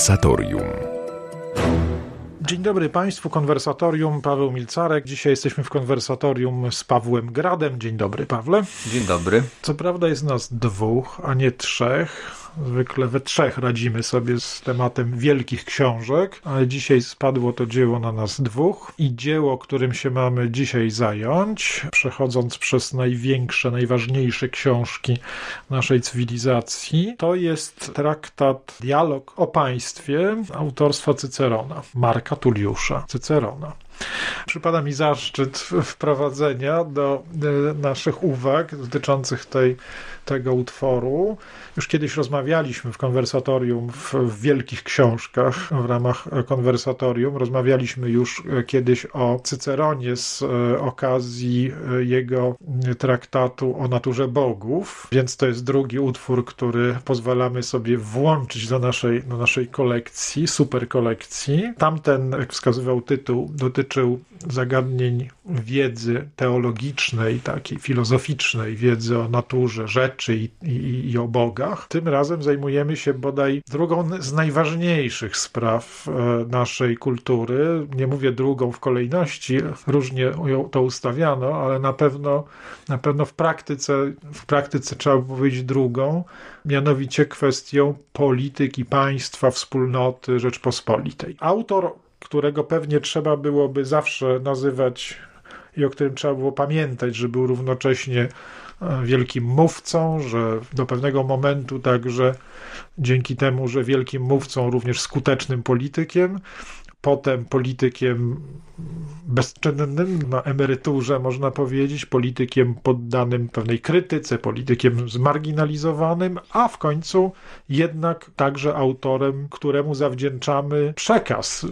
Konwersatorium. Dzień dobry Państwu, Konwersatorium, Paweł Milcarek. Dzisiaj jesteśmy w Konwersatorium z Pawłem Gradem. Dzień dobry, Pawle. Dzień dobry. Co prawda jest nas dwóch, a nie trzech. Zwykle we trzech radzimy sobie z tematem wielkich książek, ale dzisiaj spadło to dzieło na nas dwóch i dzieło, którym się mamy dzisiaj zająć, przechodząc przez największe, najważniejsze książki naszej cywilizacji, to jest traktat Dialog o państwie autorstwa Cycerona, Marka Tulliusza Cycerona. Przypada mi zaszczyt wprowadzenia do naszych uwag dotyczących tego utworu. Już kiedyś rozmawialiśmy w konwersatorium w wielkich książkach w ramach konwersatorium. Rozmawialiśmy już kiedyś o Cyceronie z okazji jego traktatu o naturze bogów, więc to jest drugi utwór, który pozwalamy sobie włączyć do naszej kolekcji, super kolekcji. Tamten, jak wskazywał tytuł, dotyczył zagadnień wiedzy teologicznej, takiej filozoficznej, wiedzy o naturze rzeczy i o bogach. Tym razem zajmujemy się bodaj drugą z najważniejszych spraw naszej kultury. Nie mówię drugą w kolejności, różnie to ustawiano, ale na pewno w praktyce trzeba by powiedzieć drugą, mianowicie kwestią polityki państwa, wspólnoty Rzeczpospolitej. Autor, którego pewnie trzeba byłoby zawsze nazywać i o którym trzeba było pamiętać, że był równocześnie wielkim mówcą, że do pewnego momentu także dzięki temu, że wielkim mówcą, również skutecznym politykiem, potem politykiem bezczynnym, na emeryturze można powiedzieć, politykiem poddanym pewnej krytyce, politykiem zmarginalizowanym, a w końcu jednak także autorem, któremu zawdzięczamy przekaz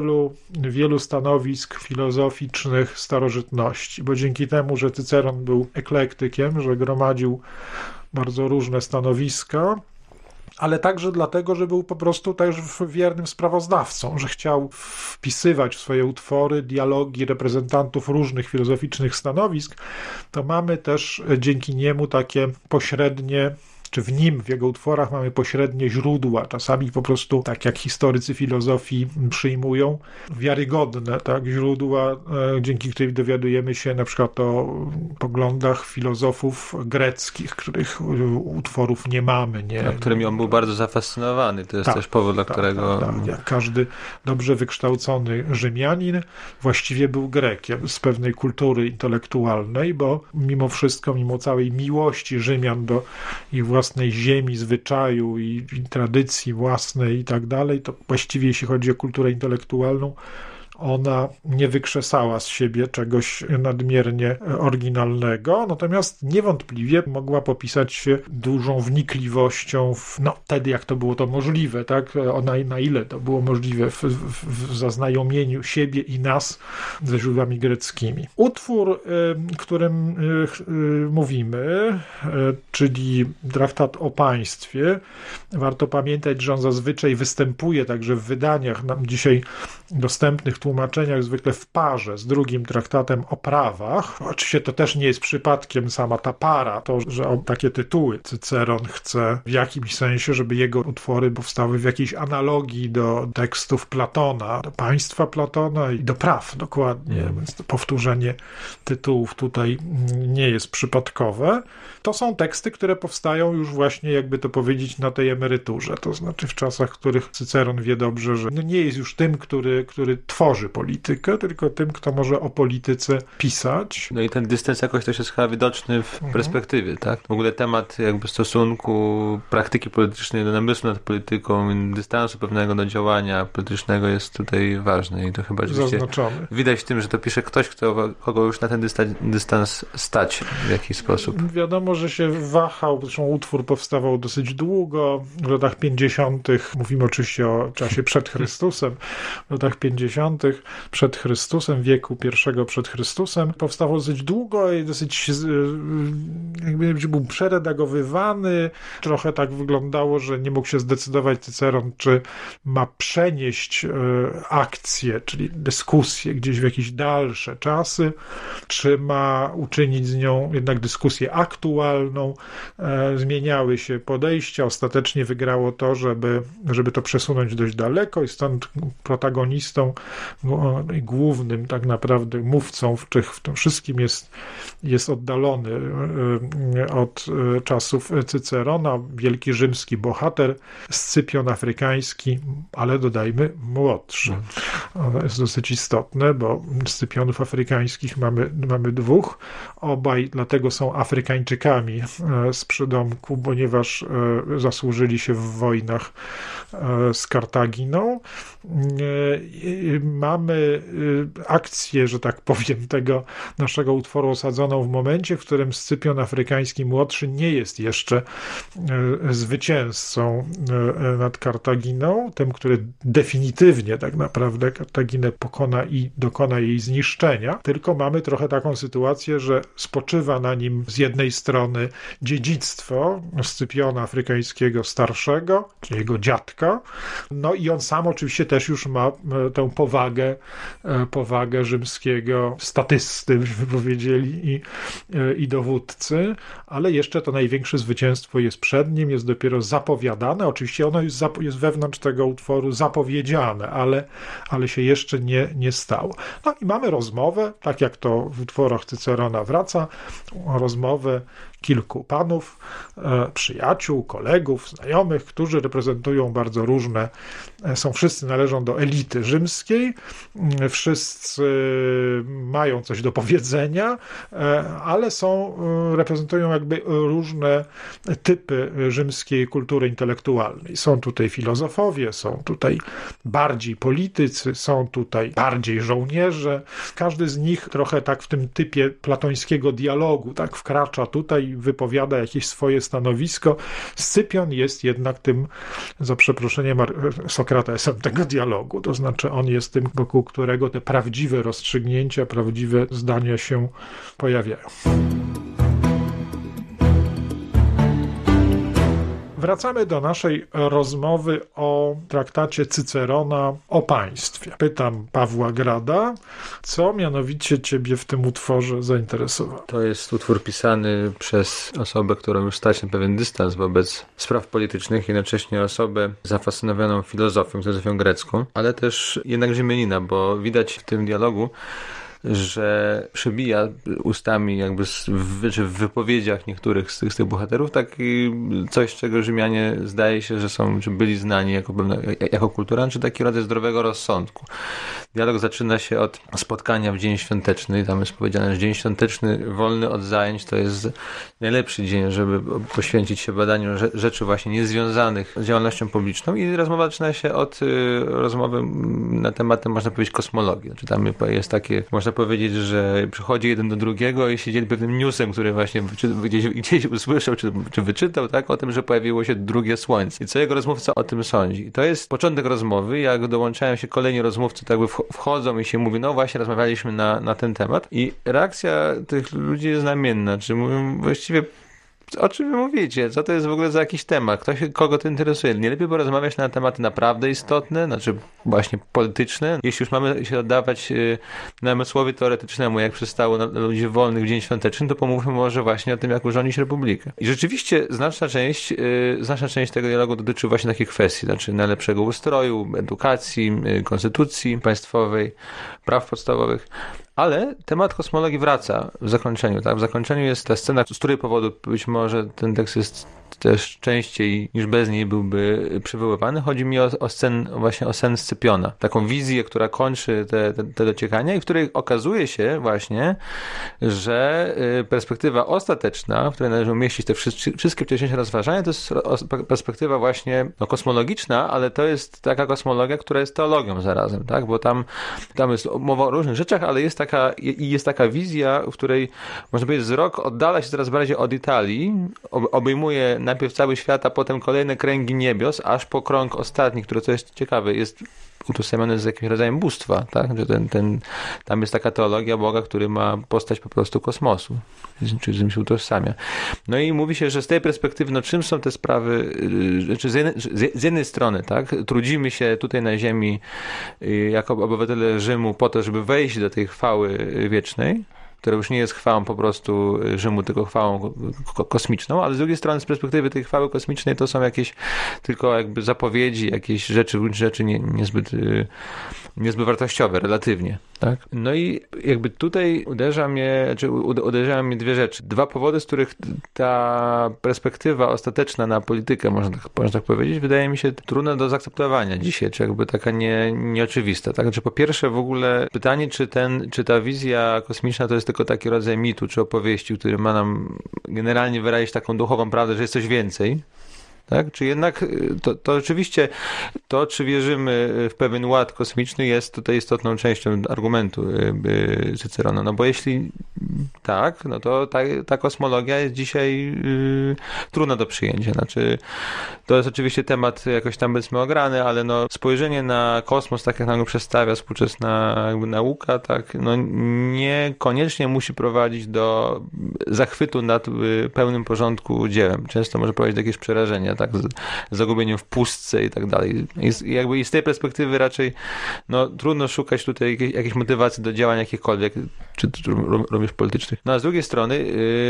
wielu stanowisk filozoficznych starożytności, bo dzięki temu, że Cyceron był eklektykiem, że gromadził bardzo różne stanowiska, ale także dlatego, że był po prostu też wiernym sprawozdawcą, że chciał wpisywać w swoje utwory dialogi reprezentantów różnych filozoficznych stanowisk, to mamy też dzięki niemu takie pośrednie, czy w jego utworach mamy pośrednie źródła, czasami po prostu, tak jak historycy filozofii przyjmują, wiarygodne źródła, dzięki którym dowiadujemy się na przykład o poglądach filozofów greckich, których utworów nie mamy. Którymi on był bardzo zafascynowany. To jest też powód, dla którego... Jak każdy dobrze wykształcony Rzymianin właściwie był Grekiem z pewnej kultury intelektualnej, bo mimo wszystko, mimo całej miłości Rzymian do ich własnej ziemi, zwyczaju i tradycji własnej i tak dalej, to właściwie jeśli chodzi o kulturę intelektualną, ona nie wykrzesała z siebie czegoś nadmiernie oryginalnego, natomiast niewątpliwie mogła popisać się dużą wnikliwością wtedy, jak to było to możliwe, na ile to było możliwe w zaznajomieniu siebie i nas ze źródłami greckimi. Utwór, którym mówimy, czyli traktat o państwie, warto pamiętać, że on zazwyczaj występuje także w wydaniach nam dzisiaj dostępnych tłumaczeniach zwykle w parze z drugim traktatem o prawach. Oczywiście to też nie jest przypadkiem sama ta para, to, że o takie tytuły Cyceron chce w jakimś sensie, żeby jego utwory powstały w jakiejś analogii do tekstów Platona, do państwa Platona i do praw dokładnie, więc to powtórzenie tytułów tutaj nie jest przypadkowe. To są teksty, które powstają już właśnie, jakby to powiedzieć, na tej emeryturze, to znaczy w czasach, w których Cyceron wie dobrze, że nie jest już tym, który tworzy politykę, tylko tym, kto może o polityce pisać. No i ten dystans jakoś też jest chyba widoczny w perspektywie, tak? W ogóle temat jakby stosunku praktyki politycznej do namysłu nad polityką, dystansu pewnego do działania politycznego jest tutaj ważny i to chyba zaznaczony. Widać w tym, że to pisze ktoś, kogo już na ten dystans stać w jakiś sposób. Wiadomo, że się wahał, zresztą utwór powstawał dosyć długo, w latach 50., mówimy oczywiście o czasie przed Chrystusem, w latach 50., przed Chrystusem, wieku I przed Chrystusem. Powstawał dosyć długo i dosyć jakby był przeredagowywany. Trochę tak wyglądało, że nie mógł się zdecydować Cyceron, czy ma przenieść akcję, czyli dyskusję gdzieś w jakieś dalsze czasy, czy ma uczynić z nią jednak dyskusję aktualną. Zmieniały się podejścia. Ostatecznie wygrało to, żeby to przesunąć dość daleko i stąd protagonistą i głównym tak naprawdę mówcą w tym wszystkim jest oddalony od czasów Cycerona, wielki rzymski bohater, Scypion afrykański, ale dodajmy młodszy. To jest dosyć istotne, bo Scypionów afrykańskich mamy dwóch. Obaj dlatego są Afrykańczykami z przydomku, ponieważ zasłużyli się w wojnach z Kartaginą. Mamy akcję, że tak powiem, tego naszego utworu osadzoną w momencie, w którym Scypion afrykański młodszy nie jest jeszcze zwycięzcą nad Kartaginą, tym, który definitywnie tak naprawdę Kartaginę pokona i dokona jej zniszczenia, tylko mamy trochę taką sytuację, że spoczywa na nim z jednej strony dziedzictwo Scypiona afrykańskiego starszego, czyli jego dziadka, no i on sam oczywiście też już ma tę powagę rzymskiego statysty, byśmy powiedzieli, i dowódcy, ale jeszcze to największe zwycięstwo jest przed nim, jest dopiero zapowiadane. Oczywiście ono jest wewnątrz tego utworu zapowiedziane, ale się jeszcze nie stało. No i mamy rozmowę, tak jak to w utworach Cycerona wraca, rozmowę kilku panów, przyjaciół, kolegów, znajomych, którzy reprezentują bardzo różne, wszyscy należą do elity rzymskiej, wszyscy mają coś do powiedzenia, ale reprezentują jakby różne typy rzymskiej kultury intelektualnej. Są tutaj filozofowie, są tutaj bardziej politycy, są tutaj bardziej żołnierze. Każdy z nich trochę tak w tym typie platońskiego dialogu tak wkracza tutaj, wypowiada jakieś swoje stanowisko. Scypion jest jednak tym, za przeproszeniem, Sokratesem tego dialogu. To znaczy on jest tym, wokół którego te prawdziwe rozstrzygnięcia, prawdziwe zdania się pojawiają. Wracamy do naszej rozmowy o traktacie Cycerona o państwie. Pytam Pawła Grada, co mianowicie ciebie w tym utworze zainteresowało? To jest utwór pisany przez osobę, którą już stać na pewien dystans wobec spraw politycznych, jednocześnie osobę zafascynowaną filozofią grecką, ale też jednak Rzymianina, bo widać w tym dialogu, że przebija ustami jakby w wypowiedziach niektórych z tych bohaterów coś, czego Rzymianie zdaje się, że czy byli znani jako kultura, czy taki rodzaj zdrowego rozsądku. Dialog zaczyna się od spotkania w dzień świąteczny. Tam jest powiedziane, że dzień świąteczny wolny od zajęć to jest najlepszy dzień, żeby poświęcić się badaniu rzeczy właśnie niezwiązanych z działalnością publiczną i rozmowa zaczyna się od rozmowy na tematem, można powiedzieć, kosmologii. Znaczy tam jest takie, można powiedzieć, że przychodzi jeden do drugiego i się dzieli pewnym newsem, który właśnie gdzieś usłyszał, czy wyczytał, tak, o tym, że pojawiło się drugie słońce. I co jego rozmówca o tym sądzi. I to jest początek rozmowy, jak dołączają się kolejni rozmówcy, tak jakby wchodzą i się mówi, no właśnie rozmawialiśmy na ten temat. I reakcja tych ludzi jest znamienna. Czy mówią właściwie, o czym wy mówicie? Co to jest w ogóle za jakiś temat? Kogo to interesuje? Nie lepiej porozmawiać na tematy naprawdę istotne, znaczy właśnie polityczne. Jeśli już mamy się oddawać namysłowi teoretycznemu, jak przystało na ludzi wolnych w dzień świąteczny, to pomówmy może właśnie o tym, jak urządzić republikę. I rzeczywiście znaczna część tego dialogu dotyczy właśnie takich kwestii, znaczy najlepszego ustroju, edukacji, konstytucji państwowej, praw podstawowych. Ale temat kosmologii wraca w zakończeniu. Tak? W zakończeniu jest ta scena, z której powodu być może ten tekst jest też częściej niż bez niej byłby przywoływany. Chodzi mi o sen Scypiona. Taką wizję, która kończy te dociekania i w której okazuje się właśnie, że perspektywa ostateczna, w której należy umieścić te wszystkie wcześniejsze rozważania, to jest perspektywa właśnie kosmologiczna, ale to jest taka kosmologia, która jest teologią zarazem, tak? Bo tam jest mowa o różnych rzeczach, ale jest taka wizja, w której można powiedzieć wzrok oddala się coraz bardziej od Italii powoli obejmuje najpierw cały świat, a potem kolejne kręgi niebios, aż po krąg ostatni, który, co jest ciekawe, jest utożsamiony z jakimś rodzajem bóstwa, tak? Że tam jest taka teologia Boga, który ma postać po prostu kosmosu, czy z nim się utożsamia. No i mówi się, że z tej perspektywy, no czym są te sprawy, czy z jednej strony, tak? Trudzimy się tutaj na ziemi jako obywatele Rzymu po to, żeby wejść do tej chwały wiecznej, która już nie jest chwałą po prostu Rzymu, tylko chwałą kosmiczną, ale z drugiej strony z perspektywy tej chwały kosmicznej to są jakieś tylko jakby zapowiedzi, jakieś rzeczy niezbyt wartościowe relatywnie. Tak? No i jakby tutaj uderzają mnie dwie rzeczy. Dwa powody, z których ta perspektywa ostateczna na politykę, można tak powiedzieć, wydaje mi się trudna do zaakceptowania dzisiaj, czy jakby taka nieoczywista. Tak? Znaczy, po pierwsze w ogóle pytanie, czy ta wizja kosmiczna to jest tylko taki rodzaj mitu czy opowieści, który ma nam generalnie wyrazić taką duchową prawdę, że jest coś więcej. Tak? Czy jednak to oczywiście to, czy wierzymy w pewien ład kosmiczny, jest tutaj istotną częścią argumentu Cycerona. No bo jeśli tak, no to ta kosmologia jest dzisiaj trudna do przyjęcia. Znaczy, to jest oczywiście temat jakoś tam powiedzmy ograny, ale no spojrzenie na kosmos, tak jak nam go przedstawia współczesna jakby nauka, tak, no niekoniecznie musi prowadzić do zachwytu nad pełnym porządku dziełem. Często może prowadzić do jakiegoś przerażenia, tak, z zagubieniem w pustce i tak dalej. I z tej perspektywy raczej no, trudno szukać tutaj jakiejś motywacji do działań jakichkolwiek, czy również politycznych. No a z drugiej strony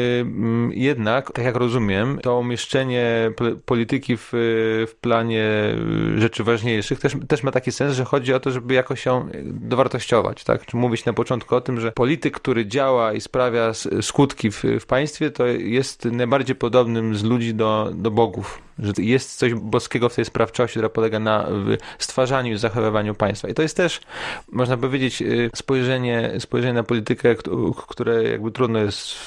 jednak, tak jak rozumiem, to umieszczenie polityki w planie rzeczy ważniejszych też ma taki sens, że chodzi o to, żeby jakoś ją dowartościować, tak? Czy mówić na początku o tym, że polityk, który działa i sprawia skutki w państwie, to jest najbardziej podobnym z ludzi do bogów. Że jest coś boskiego w tej sprawczości, która polega na stwarzaniu i zachowywaniu państwa. I to jest też, można powiedzieć, spojrzenie na politykę, które jakby trudno jest,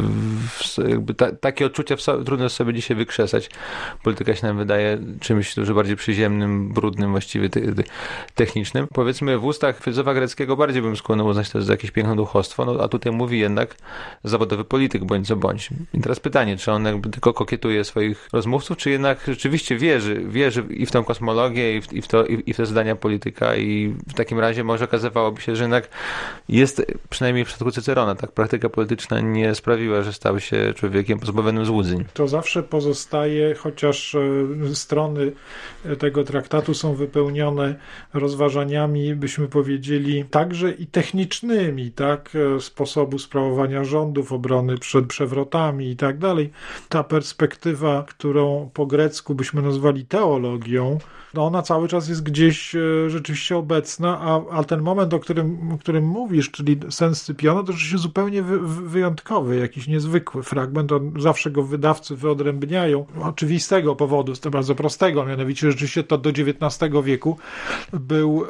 jakby takie odczucia trudno sobie dzisiaj wykrzesać. Polityka się nam wydaje czymś dużo bardziej przyziemnym, brudnym, właściwie technicznym. Powiedzmy, w ustach filozofa greckiego bardziej bym skłonny uznać to za jakieś piękne duchostwo, no a tutaj mówi jednak zawodowy polityk, bądź co bądź. I teraz pytanie, czy on jakby tylko kokietuje swoich rozmówców, czy jednak rzeczywiście wierzy i w tą kosmologię, i w te zadania polityka, i w takim razie może okazywałoby się, że jednak jest, przynajmniej w przypadku Cycerona, tak, praktyka polityczna nie sprawiła, że stał się człowiekiem pozbawionym złudzeń. To zawsze pozostaje, chociaż strony tego traktatu są wypełnione rozważaniami, byśmy powiedzieli, także i technicznymi, tak, sposobu sprawowania rządów, obrony przed przewrotami i tak dalej. Ta perspektywa, którą po grecku byśmy nazwali teologią, no ona cały czas jest gdzieś rzeczywiście obecna, a ten moment, o którym mówisz, czyli sens Scypiona, to rzeczywiście zupełnie wyjątkowy, jakiś niezwykły fragment. Zawsze go wydawcy wyodrębniają oczywistego powodu, z tym bardzo prostego, mianowicie rzeczywiście to do XIX wieku był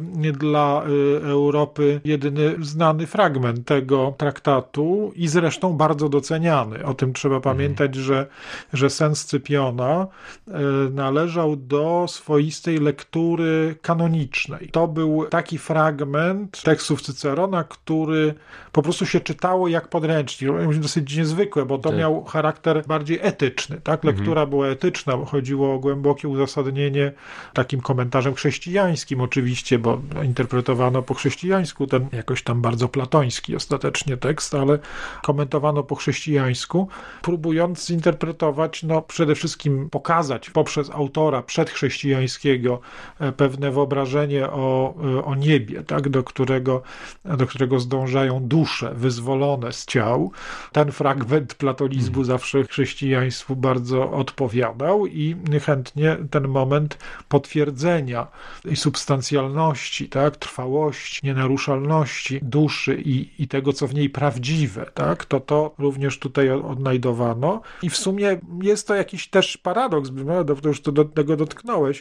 dla Europy jedyny znany fragment tego traktatu i zresztą bardzo doceniany. O tym trzeba pamiętać, że sens Scypiona należał do swoistej lektury kanonicznej. To był taki fragment tekstów Cycerona, który po prostu się czytało jak podręcznik. Dosyć niezwykłe, bo to miał charakter bardziej etyczny. Tak? Lektura była etyczna, bo chodziło o głębokie uzasadnienie takim komentarzem chrześcijańskim oczywiście, bo interpretowano po chrześcijańsku ten jakoś tam bardzo platoński ostatecznie tekst, ale komentowano po chrześcijańsku, próbując zinterpretować, no przede wszystkim pokazać poprzez autora przedchrześcijańskiego pewne wyobrażenie o niebie, tak, do którego zdążają dusze wyzwolone z ciał. Ten fragment platonizmu zawsze chrześcijaństwu bardzo odpowiadał i chętnie ten moment potwierdzenia i substancjalności, tak, trwałości, nienaruszalności duszy i tego, co w niej prawdziwe, tak, to również tutaj odnajdowano i w sumie jest to jakiś też paradoks, to już do tego dotknąłeś,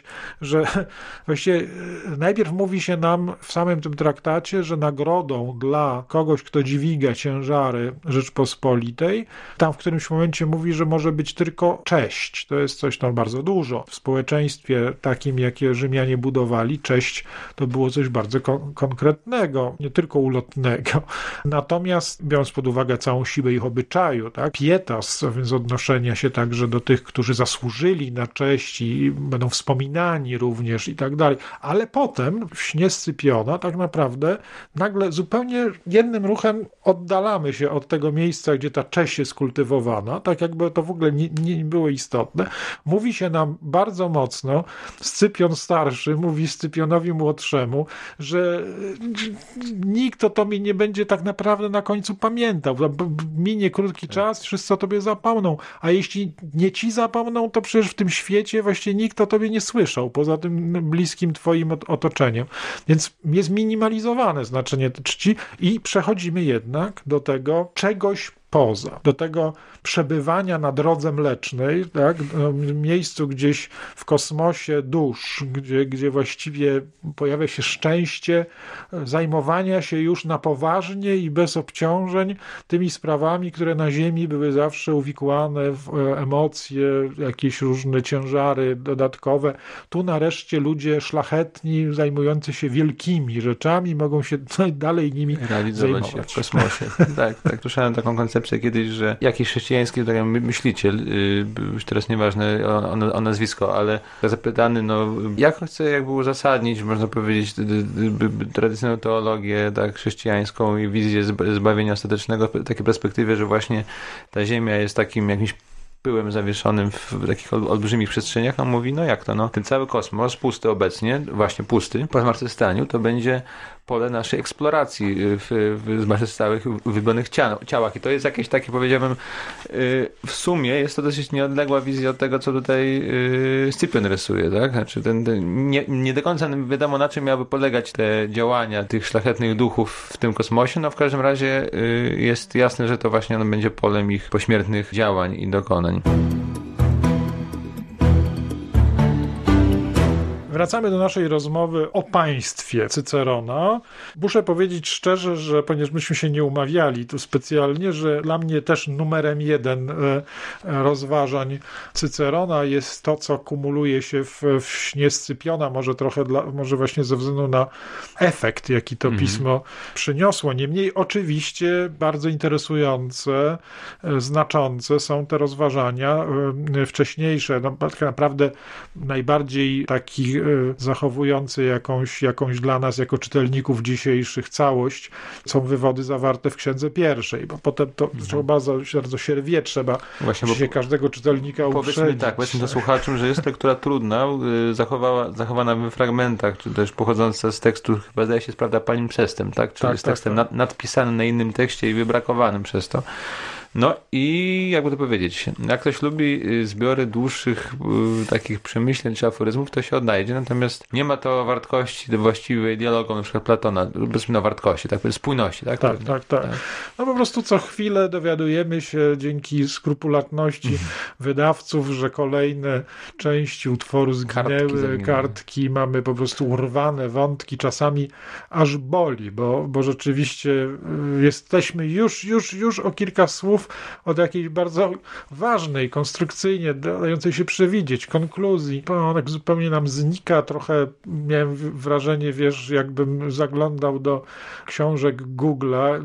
że właściwie najpierw mówi się nam w samym tym traktacie, że nagrodą dla kogoś, kto dźwiga ciężary Rzeczpospolitej, tam w którymś momencie mówi, że może być tylko cześć. To jest coś tam bardzo dużo. W społeczeństwie takim, jakie Rzymianie budowali, cześć to było coś bardzo konkretnego, nie tylko ulotnego. Natomiast biorąc pod uwagę całą siłę ich obyczaju, tak, pietas, a więc odnoszenia się także do tych, którzy zasłużyli na cześć i będą wspominani również i tak dalej. Ale potem w śnie Scypiona tak naprawdę nagle zupełnie jednym ruchem oddalamy się od tego miejsca, gdzie ta cześć jest kultywowana, tak jakby to w ogóle nie było istotne. Mówi się nam bardzo mocno, Scypion starszy mówi Scypionowi młodszemu, że nikt o tobie nie będzie tak naprawdę na końcu pamiętał. Minie krótki czas, wszyscy o tobie zapomną, a jeśli nie ci zapomną, to przecież w tym świecie właściwie nikt o tobie nie słyszał, poza tym bliskim twoim otoczeniem. Więc jest minimalizowane znaczenie czci i przechodzimy jednak do tego czegoś poza, do tego przebywania na drodze mlecznej, tak, miejscu gdzieś w kosmosie dusz, gdzie właściwie pojawia się szczęście zajmowania się już na poważnie i bez obciążeń tymi sprawami, które na ziemi były zawsze uwikłane w emocje, jakieś różne ciężary dodatkowe. Tu nareszcie ludzie szlachetni, zajmujący się wielkimi rzeczami, mogą się dalej nimi realizować zajmować. się w kosmosie. Tak, słyszałem taką koncepcję kiedyś, że jakiś chrześcijański myśliciel, już teraz nieważne o nazwisko, ale zapytany, jak chce uzasadnić, można powiedzieć, tradycyjną teologię tak, chrześcijańską i wizję zbawienia ostatecznego w takiej perspektywie, że właśnie ta ziemia jest takim jakimś pyłem zawieszonym w takich olbrzymich przestrzeniach, on mówi, jak to, ten cały kosmos, pusty obecnie, właśnie pusty, po zmartwychwstaniu, to będzie pole naszej eksploracji w zmartwychwstałych, wybionych ciałach. I to jest jakieś takie, powiedziałbym, w sumie jest to dosyć nieodległa wizja od tego, co tutaj Scypion rysuje, tak? Znaczy nie do końca wiadomo, na czym miały polegać te działania tych szlachetnych duchów w tym kosmosie, w każdym razie jest jasne, że to właśnie ono będzie polem ich pośmiertnych działań i dokonań. Wracamy do naszej rozmowy o państwie Cycerona. Muszę powiedzieć szczerze, że ponieważ myśmy się nie umawiali tu specjalnie, że dla mnie też numerem 1 rozważań Cycerona jest to, co kumuluje się w śnie Scypiona, może właśnie ze względu na efekt, jaki to pismo przyniosło. Niemniej oczywiście bardzo interesujące, znaczące są te rozważania wcześniejsze. Tak naprawdę najbardziej takich zachowujący jakąś dla nas jako czytelników dzisiejszych całość, są wywody zawarte w księdze pierwszej, bo potem to bardzo się rwie, trzeba właśnie każdego czytelnika uprzedzić. Powiedzmy to słuchaczom, że jest lektura trudna, zachowana w fragmentach, czy też pochodząca z tekstu, chyba zdaje się, prawda, palimpsestem, tak? Czyli z tekstem nadpisanym na innym tekście i wybrakowanym przez to. I jakby to powiedzieć, jak ktoś lubi zbiory dłuższych takich przemyśleń czy aforyzmów, to się odnajdzie, natomiast nie ma to wartości właściwej dialogu, na przykład Platona, bez wartości, tak, spójności, tak? Tak. Po prostu co chwilę dowiadujemy się dzięki skrupulatności wydawców, że kolejne części utworu zginęły, kartki mamy po prostu urwane, wątki, czasami aż boli, bo rzeczywiście jesteśmy już o kilka słów od jakiejś bardzo ważnej, konstrukcyjnie dającej się przewidzieć konkluzji. On zupełnie nam znika. Trochę miałem wrażenie, jakbym zaglądał do książek Google'a,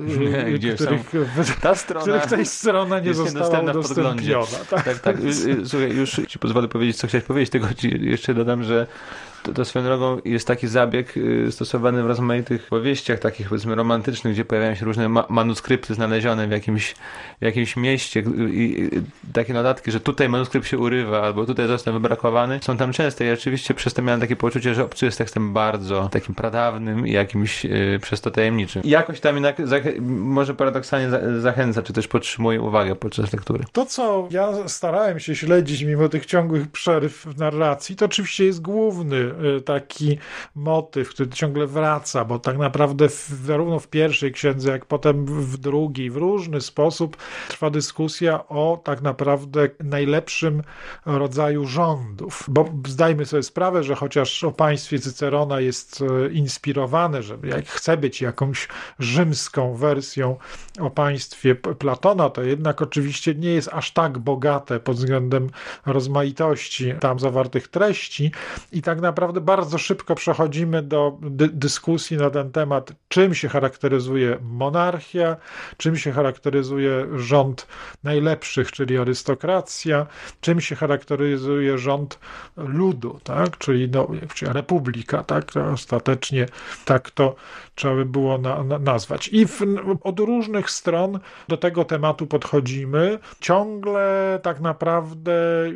których tej strona nie została udostępniona. Tak. Słuchaj, już ci pozwolę powiedzieć, co chciałeś powiedzieć, tylko ci jeszcze dodam, że to swoją drogą jest taki zabieg stosowany w rozmaitych powieściach takich, powiedzmy, romantycznych, gdzie pojawiają się różne manuskrypty znalezione w jakimś mieście i takie notatki, że tutaj manuskrypt się urywa, albo tutaj został wybrakowany, są tam częste i oczywiście przez to miałem takie poczucie, że obcuję z tekstem bardzo takim pradawnym i jakimś przez to tajemniczym. I jakoś tam jednak może paradoksalnie zachęca, czy też podtrzymuje uwagę podczas lektury. To, co ja starałem się śledzić mimo tych ciągłych przerw w narracji, to oczywiście jest główny taki motyw, który ciągle wraca, bo tak naprawdę zarówno w pierwszej księdze, jak potem w drugiej, w różny sposób trwa dyskusja o tak naprawdę najlepszym rodzaju rządów. Bo zdajmy sobie sprawę, że chociaż o państwie Cycerona jest inspirowane, że jak chce być jakąś rzymską wersją o państwie Platona, to jednak oczywiście nie jest aż tak bogate pod względem rozmaitości tam zawartych treści i tak naprawdę bardzo szybko przechodzimy do dyskusji na ten temat, czym się charakteryzuje monarchia, czym się charakteryzuje rząd najlepszych, czyli arystokracja, czym się charakteryzuje rząd ludu, tak? Czyli republika, tak? To ostatecznie tak to trzeba by było nazwać. I od różnych stron do tego tematu podchodzimy. Ciągle tak naprawdę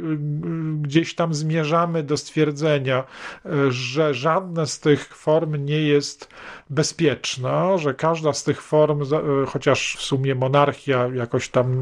gdzieś tam zmierzamy do stwierdzenia, że żadna z tych form nie jest bezpieczna, że każda z tych form, chociaż w sumie monarchia jakoś tam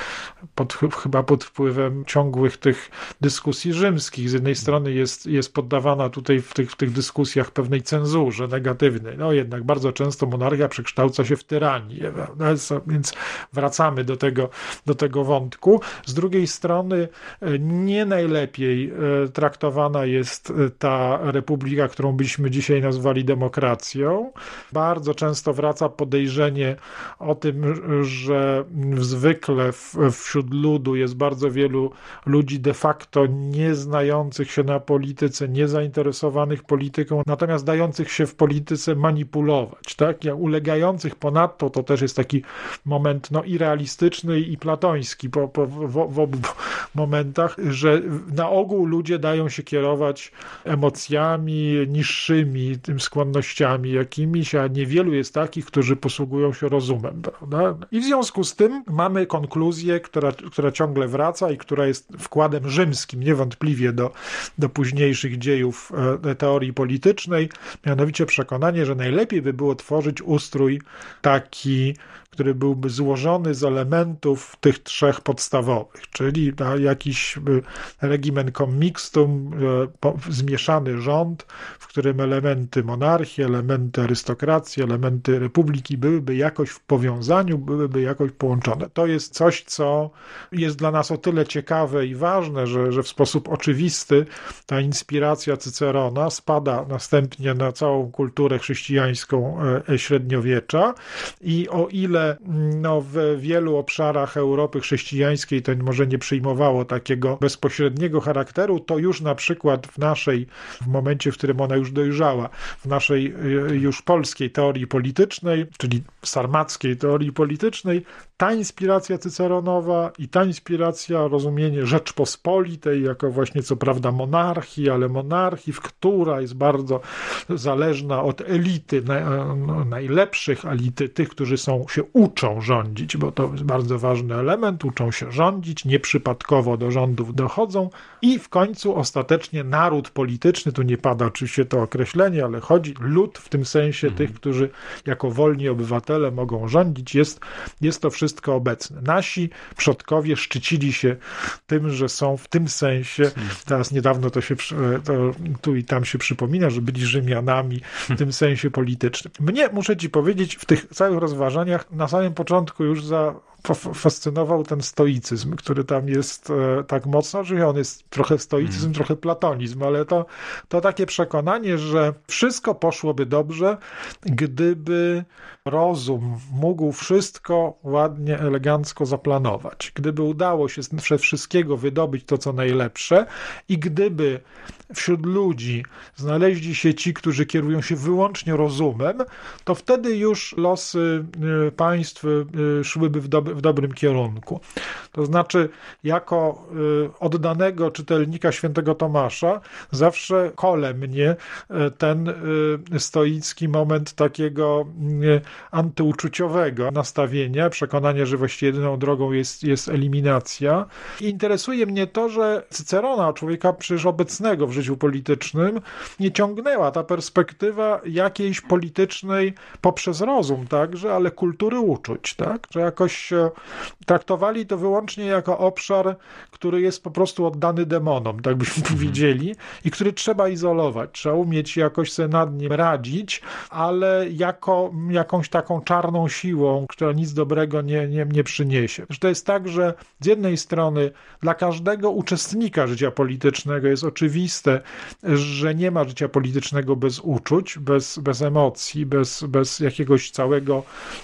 chyba pod wpływem ciągłych tych dyskusji rzymskich, z jednej strony jest poddawana tutaj w tych dyskusjach pewnej cenzurze negatywnej. No jednak bardzo często monarchia przekształca się w tyranię, więc wracamy do tego wątku. Z drugiej strony nie najlepiej traktowana jest ta republika, którą byśmy dzisiaj nazwali demokracją. Bardzo często wraca podejrzenie o tym, że zwykle wśród ludu jest bardzo wielu ludzi de facto nie znających się na polityce, niezainteresowanych polityką, natomiast dających się w polityce manipulować, tak? Ulegających ponadto, to też jest taki moment i realistyczny i platoński w obu momentach, że na ogół ludzie dają się kierować emocjami niższymi, tym skłonnościami jakimiś, a niewielu jest takich, którzy posługują się rozumem, prawda? I w związku z tym mamy konkluzję, która ciągle wraca i która jest wkładem rzymskim niewątpliwie do późniejszych dziejów teorii politycznej, mianowicie przekonanie, że najlepiej by było tworzyć ustrój taki, który byłby złożony z elementów tych trzech podstawowych, czyli jakiś regimen commixtum, zmieszany rząd, w którym elementy monarchii, elementy arystokracji, elementy republiki byłyby jakoś w powiązaniu, byłyby jakoś połączone. To jest coś, co jest dla nas o tyle ciekawe i ważne, że w sposób oczywisty ta inspiracja Cycerona spada następnie na całą kulturę chrześcijańską średniowiecza i o ile w wielu obszarach Europy chrześcijańskiej to może nie przyjmowało takiego bezpośredniego charakteru, to już na przykład w momencie, w którym ona już dojrzała, w naszej już polskiej teorii politycznej, czyli sarmackiej teorii politycznej, ta inspiracja cyceronowa i ta inspiracja, rozumienie Rzeczpospolitej jako właśnie co prawda monarchii, ale monarchii, która jest bardzo zależna od elity, najlepszych elity, tych, którzy się uczą rządzić, bo to jest bardzo ważny element, uczą się rządzić, nieprzypadkowo do rządów dochodzą i w końcu ostatecznie naród polityczny, tu nie pada oczywiście to określenie, ale chodzi lud w tym sensie tych, którzy jako wolni obywatele mogą rządzić, jest to wszystko obecne. Nasi przodkowie szczycili się tym, że są w tym sensie, teraz niedawno to tu i tam się przypomina, że byli Rzymianami w tym sensie politycznym. Mnie, muszę ci powiedzieć, w tych całych rozważaniach na samym początku już fascynował ten stoicyzm, który tam jest tak mocno, że on jest trochę stoicyzm, trochę platonizm, ale to takie przekonanie, że wszystko poszłoby dobrze, gdyby rozum mógł wszystko ładnie, elegancko zaplanować. Gdyby udało się ze wszystkiego wydobyć to, co najlepsze i gdyby wśród ludzi znaleźli się ci, którzy kierują się wyłącznie rozumem, to wtedy już losy państw szłyby w dobrym kierunku. To znaczy, jako oddanego czytelnika świętego Tomasza zawsze kole mnie ten stoicki moment takiego antyuczuciowego nastawienia, przekonania, że właściwie jedyną drogą jest eliminacja. I interesuje mnie to, że Cycerona, człowieka przecież obecnego w życiu politycznym, nie ciągnęła ta perspektywa jakiejś politycznej poprzez rozum także, ale kultury uczuć, tak? Że jakoś traktowali to wyłącznie jako obszar, który jest po prostu oddany demonom, tak byśmy powiedzieli, i który trzeba izolować. Trzeba umieć jakoś sobie nad nim radzić, ale jako jakąś taką czarną siłą, która nic dobrego nie przyniesie. To jest tak, że z jednej strony dla każdego uczestnika życia politycznego jest oczywiste, że nie ma życia politycznego bez uczuć, bez emocji, bez jakiegoś całego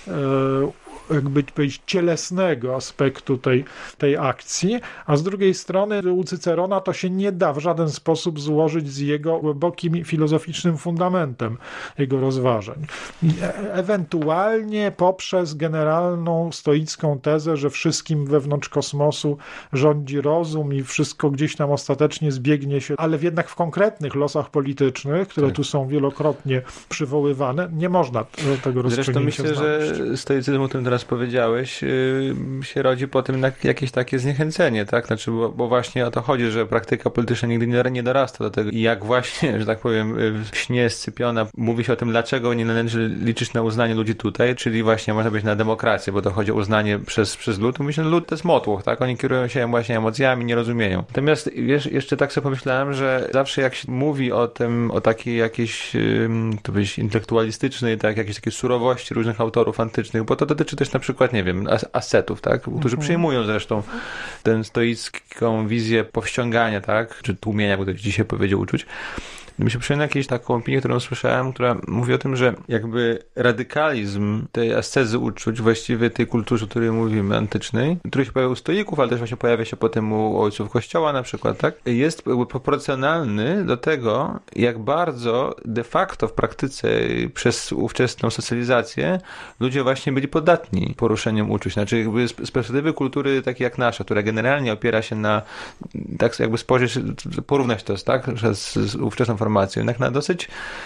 jakby powiedzieć cielesnego aspektu tej akcji, a z drugiej strony u Cycerona to się nie da w żaden sposób złożyć z jego głębokim filozoficznym fundamentem jego rozważań. Ewentualnie poprzez generalną stoicką tezę, że wszystkim wewnątrz kosmosu rządzi rozum i wszystko gdzieś tam ostatecznie zbiegnie się, ale jednak w konkretnych losach politycznych, które tu są wielokrotnie przywoływane, nie można tego rozstrzygnięcia Zresztą myślę, znaleźć. że stoicyzm, o którym teraz powiedziałeś, się rodzi po tym jakieś takie zniechęcenie, tak? Znaczy, bo właśnie o to chodzi, że praktyka polityczna nigdy nie dorasta do tego. I jak właśnie, że tak powiem, w śnie Scypiona mówi się o tym, dlaczego nie należy liczyć na uznanie ludzi tutaj, czyli właśnie można być na demokrację, bo to chodzi o uznanie przez lud. Mówi się, że lud to jest motłoch, tak? Oni kierują się właśnie emocjami, nie rozumieją. Natomiast wiesz, jeszcze tak sobie pomyślałem, że zawsze jak się mówi o tym, o takiej jakiejś, to być intelektualistycznej, tak, jakiejś takiej surowości różnych autorów antycznych, bo to dotyczy też na przykład, nie wiem, ascetów, tak, którzy przyjmują zresztą tę stoicką wizję powściągania, tak, czy tłumienia, jak to dzisiaj powiedział uczuć. Mi się przypomina jakąś taką opinię, którą słyszałem, która mówi o tym, że jakby radykalizm tej ascezy uczuć, właściwie tej kulturze, o której mówimy, antycznej, który się pojawia u stoików, ale też właśnie pojawia się potem u ojców Kościoła na przykład, tak, jest jakby proporcjonalny do tego, jak bardzo de facto w praktyce przez ówczesną socjalizację ludzie właśnie byli podatni poruszeniom uczuć. Znaczy jakby z perspektywy kultury takiej jak nasza, która generalnie opiera się na, tak jakby spojrzeć, porównać to, tak, z ówczesną formacją, jednak na dosyć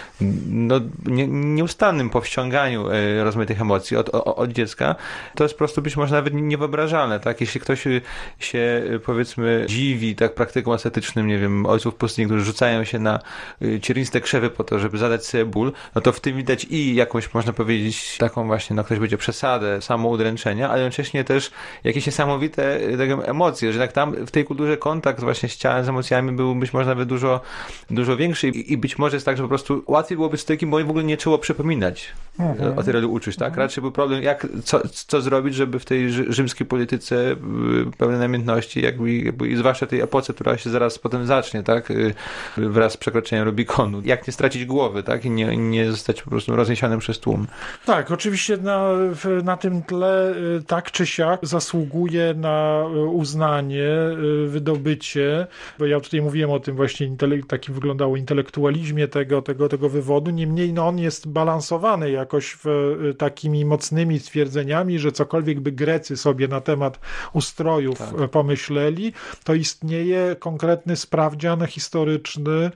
nieustannym powściąganiu rozmaitych emocji od dziecka, to jest po prostu być może nawet niewyobrażalne, tak? Jeśli ktoś się, powiedzmy, dziwi tak praktykom ascetycznym, nie wiem, ojców pustyni, którzy rzucają się na cierniste krzewy po to, żeby zadać sobie ból, no to w tym widać i jakąś, można powiedzieć, taką właśnie, no ktoś będzie przesadę, samoudręczenia, ale jednocześnie też jakieś niesamowite emocje, że tak tam w tej kulturze kontakt właśnie z ciałem, z emocjami był być może nawet dużo większy i być może jest tak, że po prostu łatwiej byłoby z takim, bo w ogóle nie trzeba przypominać o tej roli uczuć, tak? Raczej był problem, co zrobić, żeby w tej rzymskiej polityce pełnej namiętności, jakby i zwłaszcza tej epoce, która się zaraz potem zacznie, tak? Wraz z przekroczeniem Rubikonu. Jak nie stracić głowy, tak? I nie zostać po prostu rozniesionym przez tłum. Tak, oczywiście na tym tle tak czy siak zasługuje na uznanie, wydobycie, bo ja tutaj mówiłem o tym właśnie takim wyglądało intelektualizmie tego wywodu, niemniej on jest balansowany jakoś takimi mocnymi stwierdzeniami, że cokolwiek by Grecy sobie na temat ustrojów pomyśleli, to istnieje konkretny sprawdzian historyczny,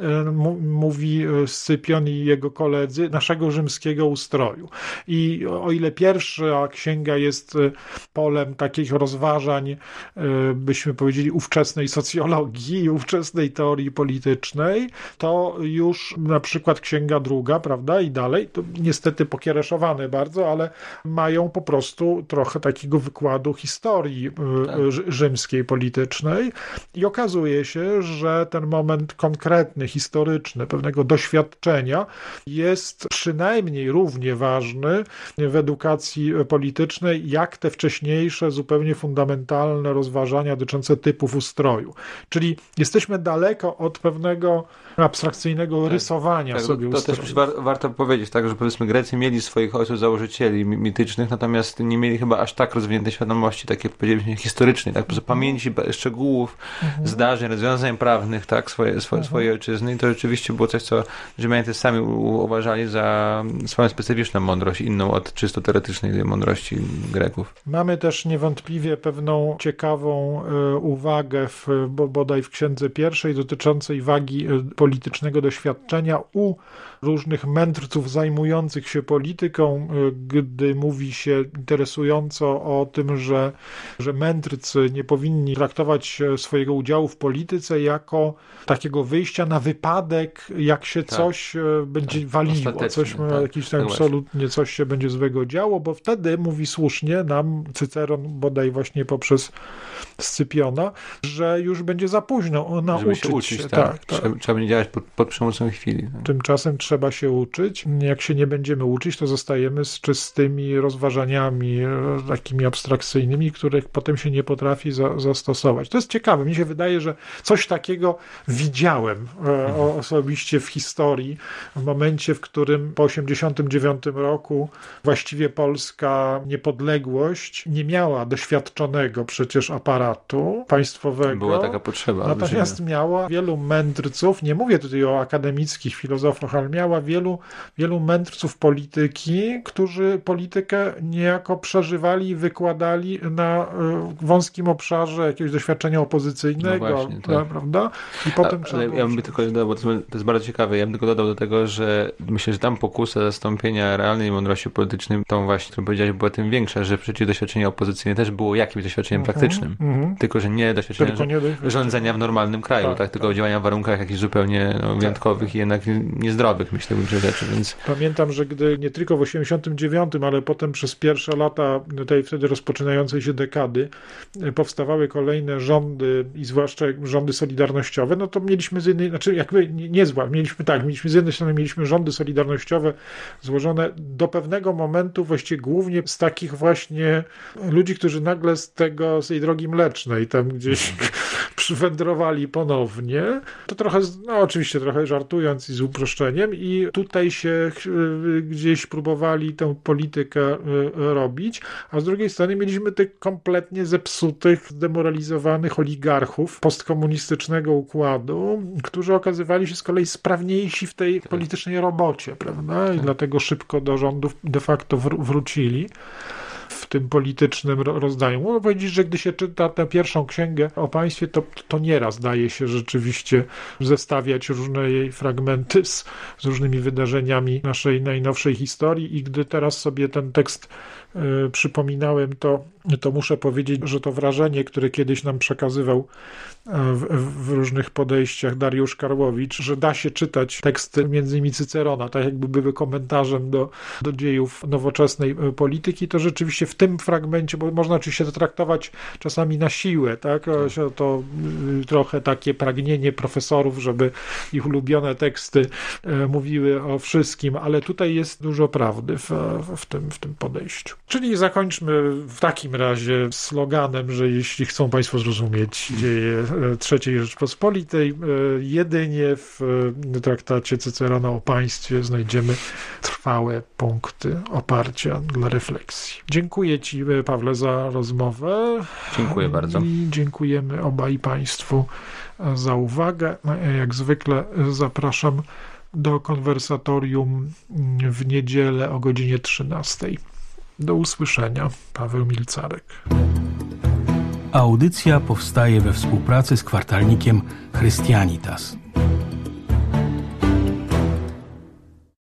mówi Scypion i jego koledzy, naszego rzymskiego ustroju. I o ile pierwsza księga jest polem takich rozważań, byśmy powiedzieli, ówczesnej socjologii, ówczesnej teorii politycznej, to już na przykład księga druga, prawda, i dalej, to niestety pokiereszowane bardzo, ale mają po prostu trochę takiego wykładu historii rzymskiej politycznej i okazuje się, że ten moment konkretny, historyczny, pewnego doświadczenia jest przynajmniej równie ważny w edukacji politycznej, jak te wcześniejsze, zupełnie fundamentalne rozważania dotyczące typów ustroju. Czyli jesteśmy daleko od pewnego abstrakcyjnego rysowania sobie ustroju. To też warto powiedzieć, tak, że powiedzmy Grecy mieli swoich ojców założycieli mitycznych, natomiast nie mieli chyba aż tak rozwiniętej świadomości, takiej powiedzielibyśmy historycznej, tak, pamięci szczegółów, zdarzeń, rozwiązań prawnych, tak, swojej ojczyzny i to rzeczywiście było coś, co Rzymianie też sami uważali za swoją specyficzną mądrość, inną od czysto teoretycznej mądrości Greków. Mamy też niewątpliwie pewną ciekawą uwagę bodaj w księdze pierwszej dotyczącej wagi politycznego doświadczenia u różnych mędrców zajmujących się polityką, gdy mówi się interesująco o tym, że mędrcy nie powinni traktować swojego udziału w polityce jako takiego wyjścia na wypadek, jak się coś będzie waliło, absolutnie coś się będzie złego działo, bo wtedy mówi słusznie nam Cyceron, bodaj właśnie poprzez Scypiona, że już będzie za późno nauczyć się uczyć. Tak. Trzeba będzie działać pod przymusem chwili. Tak. Tymczasem trzeba się uczyć. Jak się nie będziemy uczyć, to zostajemy z czystymi rozważaniami takimi abstrakcyjnymi, których potem się nie potrafi zastosować. To jest ciekawe. Mi się wydaje, że coś takiego widziałem osobiście w historii, w momencie, w którym po 1989 roku właściwie polska niepodległość nie miała doświadczonego przecież aparatu państwowego. Była taka potrzeba. Natomiast miała wielu mędrców, nie mówię tutaj o akademickich filozofach, ale miała wielu mędrców polityki, którzy politykę niejako przeżywali i wykładali na wąskim obszarze jakiegoś doświadczenia opozycyjnego, no właśnie, prawda? I potem ja bym tylko dodał, bo to jest bardzo ciekawe, ja bym tylko dodał do tego, że myślę, że tam pokusa zastąpienia realnej mądrości politycznej, tą właśnie, którą powiedziałeś, była tym większa, że przecież doświadczenie opozycyjne też było jakimś doświadczeniem praktycznym. Tylko, że nie doświadczeniem rządzenia w normalnym kraju, tylko działania w warunkach jakichś zupełnie wyjątkowych i jednak niezdrowych, myślę, rzeczy. Więc... Pamiętam, że gdy nie tylko w 89, ale potem przez pierwsze lata tej wtedy rozpoczynającej się dekady powstawały kolejne rządy i zwłaszcza rządy solidarnościowe, no to mieliśmy z jednej, mieliśmy z jednej strony rządy solidarnościowe złożone do pewnego momentu właściwie głównie z takich właśnie ludzi, którzy nagle z tej drogi mlecznej tam gdzieś przywędrowali ponownie. To trochę, oczywiście trochę żartując i z uproszczeniem i tutaj się gdzieś próbowali tę politykę robić, a z drugiej strony mieliśmy tych kompletnie zepsutych, zdemoralizowanych oligarchów postkomunistycznego układu, którzy okazywali się z kolei sprawniejsi w tej politycznej robocie, prawda? I dlatego szybko do rządów de facto wrócili w tym politycznym rozdaniu. Można powiedzieć, że gdy się czyta tę pierwszą księgę o państwie, to nieraz daje się rzeczywiście zestawiać różne jej fragmenty z różnymi wydarzeniami naszej najnowszej historii i gdy teraz sobie ten tekst przypominałem, to muszę powiedzieć, że to wrażenie, które kiedyś nam przekazywał w różnych podejściach Dariusz Karłowicz, że da się czytać teksty między innymi Cycerona, tak jakby były komentarzem do dziejów nowoczesnej polityki, to rzeczywiście w tym fragmencie, bo można oczywiście to traktować czasami na siłę, tak? To trochę takie pragnienie profesorów, żeby ich ulubione teksty mówiły o wszystkim, ale tutaj jest dużo prawdy w tym podejściu. Czyli zakończmy w takim razie sloganem, że jeśli chcą Państwo zrozumieć dzieje III Rzeczpospolitej, jedynie w traktacie Cycerona o państwie znajdziemy trwałe punkty oparcia dla refleksji. Dziękuję Ci, Pawle, za rozmowę. Dziękuję bardzo. I dziękujemy obaj Państwu za uwagę. Jak zwykle zapraszam do konwersatorium w niedzielę o godzinie 13. Do usłyszenia. Paweł Milcarek. Audycja powstaje we współpracy z kwartalnikiem Christianitas.